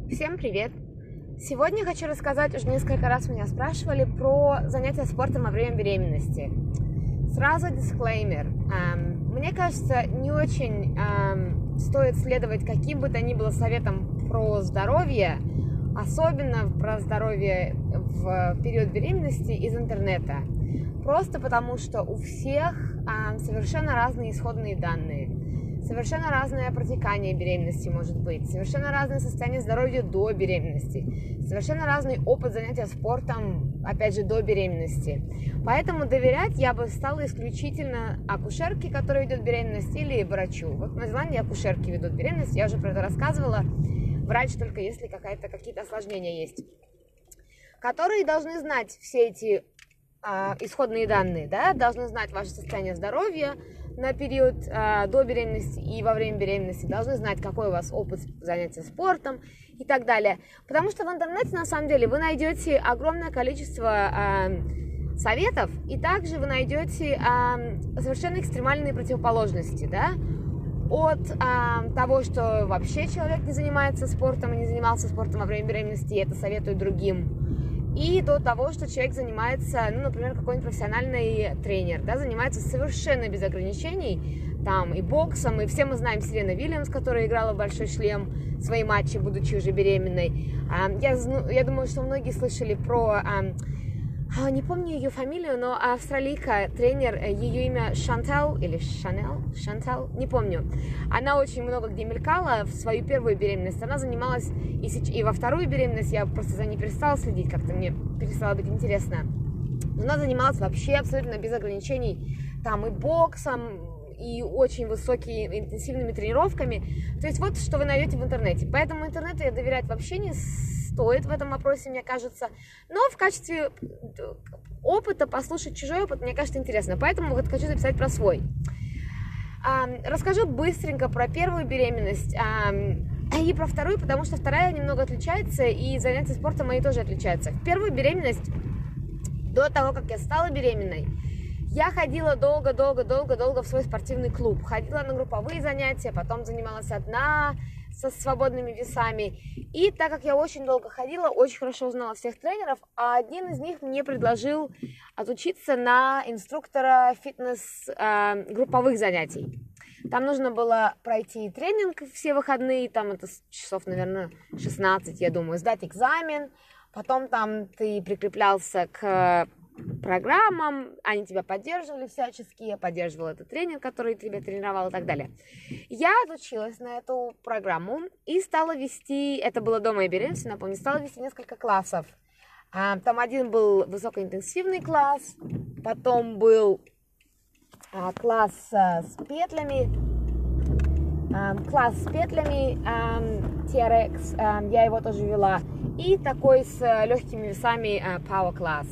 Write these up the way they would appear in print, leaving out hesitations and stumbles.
Всем привет! Сегодня хочу рассказать, уже несколько раз меня спрашивали про занятия спортом во время беременности. Сразу дисклеймер. Мне кажется, не очень стоит следовать каким бы то ни было советам про здоровье, особенно про здоровье в период беременности из интернета. Просто потому, что у всех совершенно разные исходные данные. Совершенно разное протекание беременности может быть, совершенно разное состояние здоровья до беременности, совершенно разный опыт занятия спортом, опять же, до беременности. Поэтому доверять я бы стала исключительно акушерке, которая ведет беременность, или врачу. Вот в Новой Зеландии акушерки ведут беременность, я уже про это рассказывала. Врач только если какие-то осложнения есть, которые должны знать все эти исходные данные, да, должны знать ваше состояние здоровья на период до беременности и во время беременности, должны знать, какой у вас опыт занятия спортом и так далее. Потому что в интернете, на самом деле, вы найдете огромное количество советов, и также вы найдете совершенно экстремальные противоположности, да, от того, что вообще человек не занимается спортом и не занимался спортом во время беременности, и это советует другим, и до того, что человек занимается, например, какой-нибудь профессиональный тренер, да, занимается совершенно без ограничений, там, и боксом, и все мы знаем Серена Уильямс, которая играла в «Большой шлем» свои матчи, будучи уже беременной. Я думаю, что многие слышали про, не помню ее фамилию, но австралийка, тренер, ее имя Шантел, или Шантел, не помню. Она очень много где мелькала в свою первую беременность. Она занималась и во вторую беременность, я просто за ней перестала следить, как-то мне перестало быть интересно. Она занималась вообще абсолютно без ограничений, там и боксом, и очень высокими интенсивными тренировками. То есть вот что вы найдете в интернете. Поэтому интернету я доверять вообще не стоит в этом вопросе, мне кажется. Но в качестве опыта, послушать чужой опыт, мне кажется, интересно. Поэтому вот хочу записать про свой. Расскажу быстренько про первую беременность и про вторую, потому что вторая немного отличается, и занятия спортом мои тоже отличаются. В первую беременность, до того, как я стала беременной, я ходила долго в свой спортивный клуб. Ходила на групповые занятия, потом занималась одна со свободными весами. И так как я очень долго ходила, очень хорошо узнала всех тренеров, а один из них мне предложил отучиться на инструктора фитнес-групповых занятий. Там нужно было пройти тренинг все выходные, там это часов, наверное, 16, я думаю, сдать экзамен. Потом там ты прикреплялся к программам, они тебя поддерживали всячески, я поддерживала этот тренер, который тебя тренировал и так далее. Я отучилась на эту программу и стала вести, это было до моей беременности, напомню, стала вести несколько классов. Там один был высокоинтенсивный класс, потом был класс с петлями, TRX, я его тоже вела, и такой с легкими весами Power Class.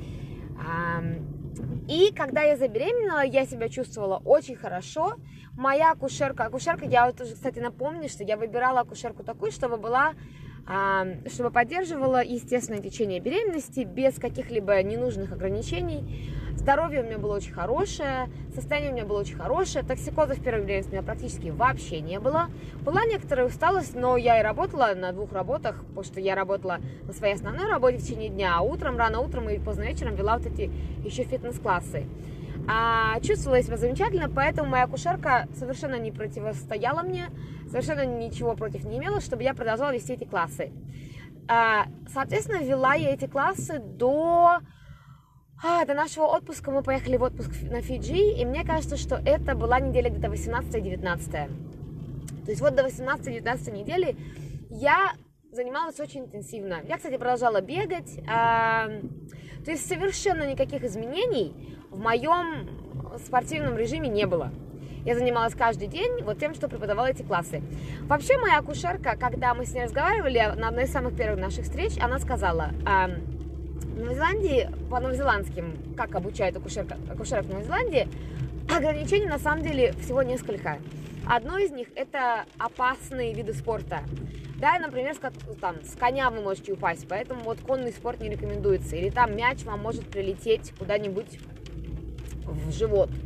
И когда я забеременела, я себя чувствовала очень хорошо. Моя акушерка, я вот уже, кстати, напомню, что я выбирала акушерку такую, чтобы поддерживала естественное течение беременности без каких-либо ненужных ограничений. Здоровье у меня было очень хорошее, состояние у меня было очень хорошее, токсикоза в первой беременности у меня практически вообще не было. Была некоторая усталость, но я и работала на двух работах, потому что я работала на своей основной работе в течение дня, а утром, рано утром и поздно вечером вела вот эти еще фитнес-классы. Чувствовала я себя замечательно, поэтому моя акушерка совершенно не противостояла мне, совершенно ничего против не имела, чтобы я продолжала вести эти классы. Соответственно, вела я эти классы до нашего отпуска. Мы поехали в отпуск на Фиджи, и мне кажется, что это была неделя где-то 18-19. То есть вот до 18-19 недели я занималась очень интенсивно. Я, кстати, продолжала бегать. То есть совершенно никаких изменений в моем спортивном режиме не было. Я занималась каждый день вот тем, что преподавала эти классы. Вообще, моя акушерка, когда мы с ней разговаривали на одной из самых первых наших встреч, она сказала: в Новой Зеландии, по новозеландским, как обучают акушерок в Новой Зеландии, ограничений на самом деле всего несколько. Одно из них – это опасные виды спорта. Да, например, с коня вы можете упасть, поэтому вот конный спорт не рекомендуется. Или там мяч вам может прилететь куда-нибудь в живот.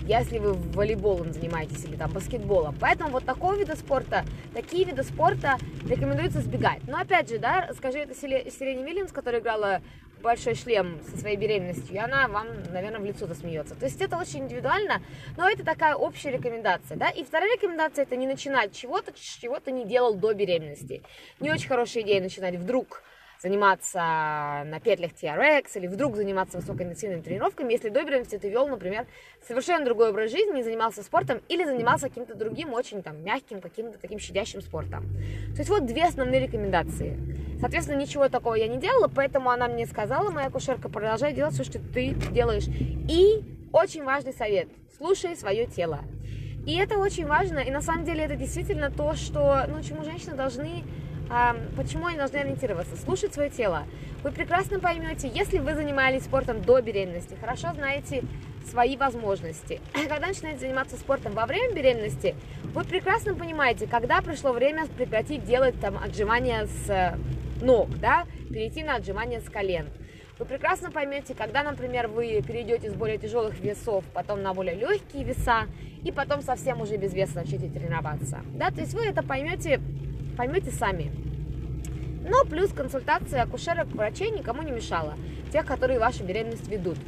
если вы волейболом занимаетесь или там баскетболом. Поэтому вот такие виды спорта рекомендуется избегать. Но опять же, да, скажи это Серене Вильямс, которая играла «Большой шлем» со своей беременностью, и она вам, наверное, в лицо засмеется. То есть это очень индивидуально, но это такая общая рекомендация, да. И вторая рекомендация – это не начинать чего-то, чего ты не делал до беременности. Не очень хорошая идея начинать вдруг заниматься на петлях TRX или вдруг заниматься высокоинтенсивными тренировками, если до беременности ты вел, например, совершенно другой образ жизни, не занимался спортом или занимался каким-то другим, очень там мягким, каким-то таким щадящим спортом. То есть вот две основные рекомендации. Соответственно, ничего такого я не делала, поэтому она мне сказала, моя акушерка, продолжай делать все, что ты делаешь. И очень важный совет – слушай свое тело. И это очень важно, и на самом деле это действительно то, что, чему женщины должны... Почему они должны ориентироваться? Слушать свое тело. Вы прекрасно поймете, если вы занимались спортом до беременности, хорошо знаете свои возможности. Когда начинаете заниматься спортом во время беременности, вы прекрасно понимаете, когда пришло время прекратить делать там отжимания с ног, да, перейти на отжимания с колен. Вы прекрасно поймете, когда, например, вы перейдете с более тяжелых весов, потом на более легкие веса, и потом совсем уже без веса начнете тренироваться. Да, то есть вы это поймете сами. Но плюс консультация акушерок, врачей никому не мешала. Тех, которые вашу беременность ведут.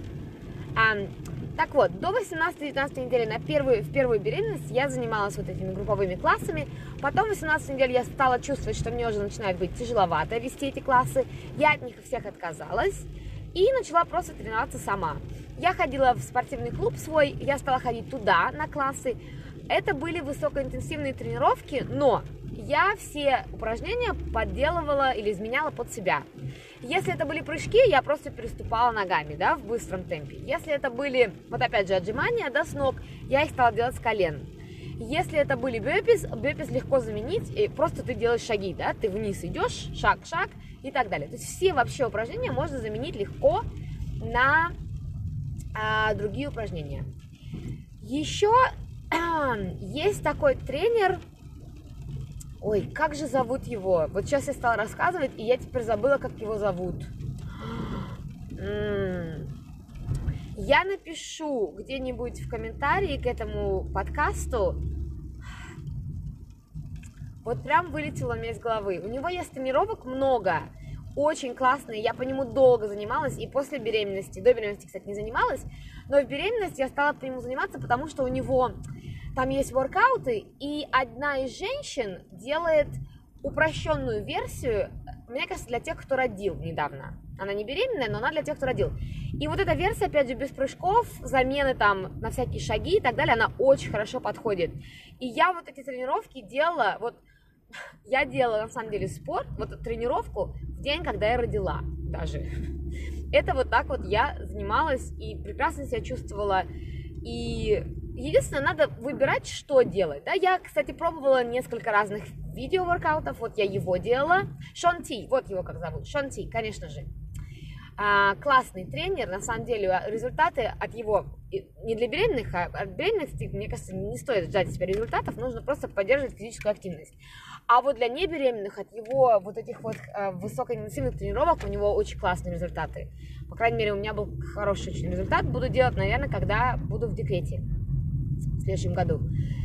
Так вот, до 18-19 недели в первую беременность я занималась вот этими групповыми классами. Потом 18 недель я стала чувствовать, что мне уже начинает быть тяжеловато вести эти классы. Я от них всех отказалась и начала просто тренироваться сама. Я ходила в спортивный клуб свой, я стала ходить туда на классы. Это были высокоинтенсивные тренировки, но я все упражнения подделывала или изменяла под себя. Если это были прыжки, я просто переступала ногами, да, в быстром темпе. Если это были, вот опять же, отжимания, да, с ног, я их стала делать с колен. Если это были бёрпис легко заменить, и просто ты делаешь шаги, да, ты вниз идешь, шаг, и так далее. То есть все вообще упражнения можно заменить легко на другие упражнения. Еще есть такой тренер, ой, как же зовут его? Вот сейчас я стала рассказывать, и я теперь забыла, как его зовут. Я напишу где-нибудь в комментарии к этому подкасту. Вот прям вылетело у меня из головы. У него есть тренировок много, очень классные. Я по нему долго занималась, и после беременности, до беременности, кстати, не занималась, но в беременности я стала по нему заниматься, потому что у него там есть воркауты, и одна из женщин делает упрощенную версию, мне кажется, для тех, кто родил недавно. Она не беременная, но она для тех, кто родил. И вот эта версия, опять же, без прыжков, замены там на всякие шаги и так далее, она очень хорошо подходит. И я вот эти тренировки делала, я делала, на самом деле, спорт, вот тренировку в день, когда я родила даже. Это вот так вот я занималась и прекрасно себя чувствовала. И единственное, надо выбирать, что делать. Да? Я, кстати, пробовала несколько разных видео-воркаутов. Вот я его делала. Шон Ти, вот его как зовут. Шон Ти, конечно же. Классный тренер. На самом деле, результаты от его, не для беременных, а от беременности, мне кажется, не стоит ждать себя результатов. Нужно просто поддерживать физическую активность. А вот для небеременных, от его вот этих вот высокоинтенсивных тренировок, у него очень классные результаты. По крайней мере, у меня был хороший очень результат. Буду делать, наверное, когда буду в декрете в следующем году.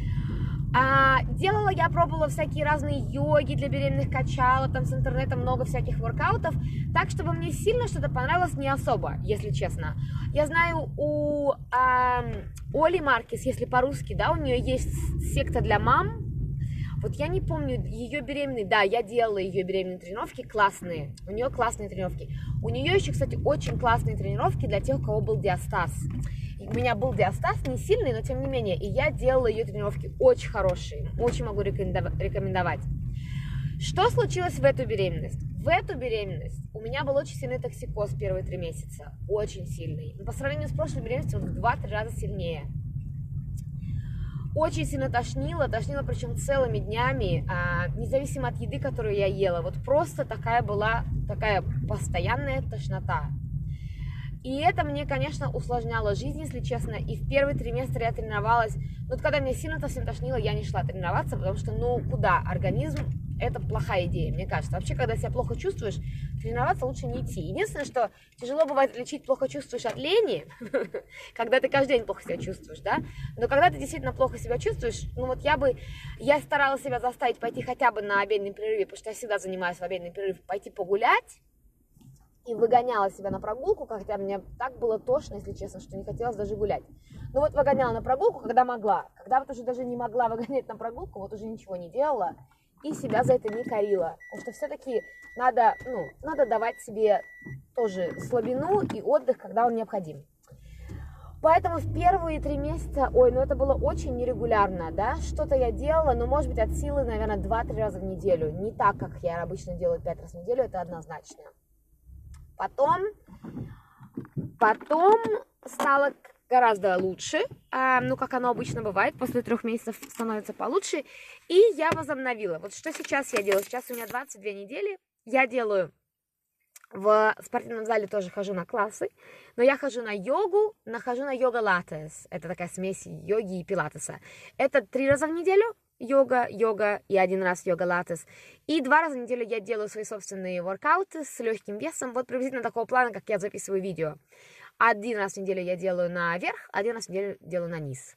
Я пробовала всякие разные йоги для беременных, качала, там с интернета много всяких воркаутов, так, чтобы мне сильно что-то понравилось, не особо, если честно. Я знаю, у Оли Маркес, если по-русски, да, у нее есть секта для мам. Вот я не помню, ее беременные, да, я делала ее беременные тренировки, классные, у нее классные тренировки. У нее еще, кстати, очень классные тренировки для тех, у кого был диастаз. У меня был диастаз, не сильный, но тем не менее, и я делала ее тренировки очень хорошие, очень могу рекомендовать. Что случилось в эту беременность? В эту беременность у меня был очень сильный токсикоз первые 3 месяца, очень сильный. По сравнению с прошлой беременностью он в 2-3 раза сильнее. Очень сильно тошнило причем целыми днями, независимо от еды, которую я ела. Вот просто такая постоянная тошнота. И это мне, конечно, усложняло жизнь, если честно. И в первый триместр я тренировалась. Но вот когда меня сильно тошнило, я не шла тренироваться, потому что, куда? Организм – это плохая идея, мне кажется. Вообще, когда себя плохо чувствуешь, тренироваться лучше не идти. Единственное, что тяжело бывает отличить плохо чувствуешь от лени, когда ты каждый день плохо себя чувствуешь, да, но когда ты действительно плохо себя чувствуешь, ну вот я старалась себя заставить пойти хотя бы на обеденный перерыв, потому что я всегда занимаюсь в обеденный перерыв, пойти погулять, и выгоняла себя на прогулку, хотя мне так было тошно, если честно, что не хотелось даже гулять. Ну вот выгоняла на прогулку, когда могла. Когда вот уже даже не могла выгонять на прогулку, вот уже ничего не делала и себя за это не корила. Потому что все-таки надо давать себе тоже слабину и отдых, когда он необходим. Поэтому в первые 3 месяца, это было очень нерегулярно, да, что-то я делала, но, может быть, от силы, наверное, 2-3 раза в неделю. Не так, как я обычно делаю 5 раз в неделю, это однозначно. Потом стало гораздо лучше, как оно обычно бывает, после 3 месяцев становится получше, и я возобновила. Вот что сейчас я делаю? Сейчас у меня 22 недели, я делаю в спортивном зале, тоже хожу на классы, но я хожу на йогу, хожу на йога-латес, это такая смесь йоги и пилатеса. Это 3 раза в неделю, йога и 1 раз йога-латес. И 2 раза в неделю я делаю свои собственные воркауты с легким весом, вот приблизительно такого плана, как я записываю видео. 1 раз в неделю я делаю наверх, 1 раз в неделю делаю на низ.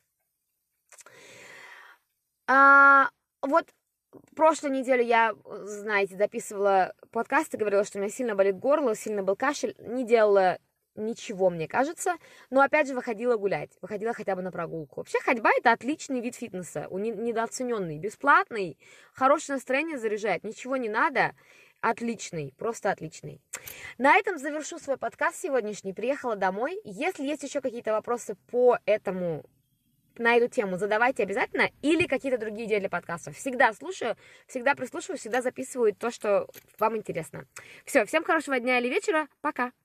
Вот прошлую неделю я, знаете, записывала подкаст и говорила, что у меня сильно болит горло, сильно был кашель, не делала ничего, мне кажется, но опять же выходила гулять, выходила хотя бы на прогулку. Вообще ходьба — это отличный вид фитнеса, недооцененный, бесплатный, хорошее настроение заряжает, ничего не надо, отличный, просто отличный. На этом завершу свой подкаст сегодняшний, приехала домой. Если есть еще какие-то вопросы на эту тему, задавайте обязательно, или какие-то другие идеи для подкастов. Всегда слушаю, всегда прислушиваюсь, всегда записываю то, что вам интересно. Все, всем хорошего дня или вечера, пока!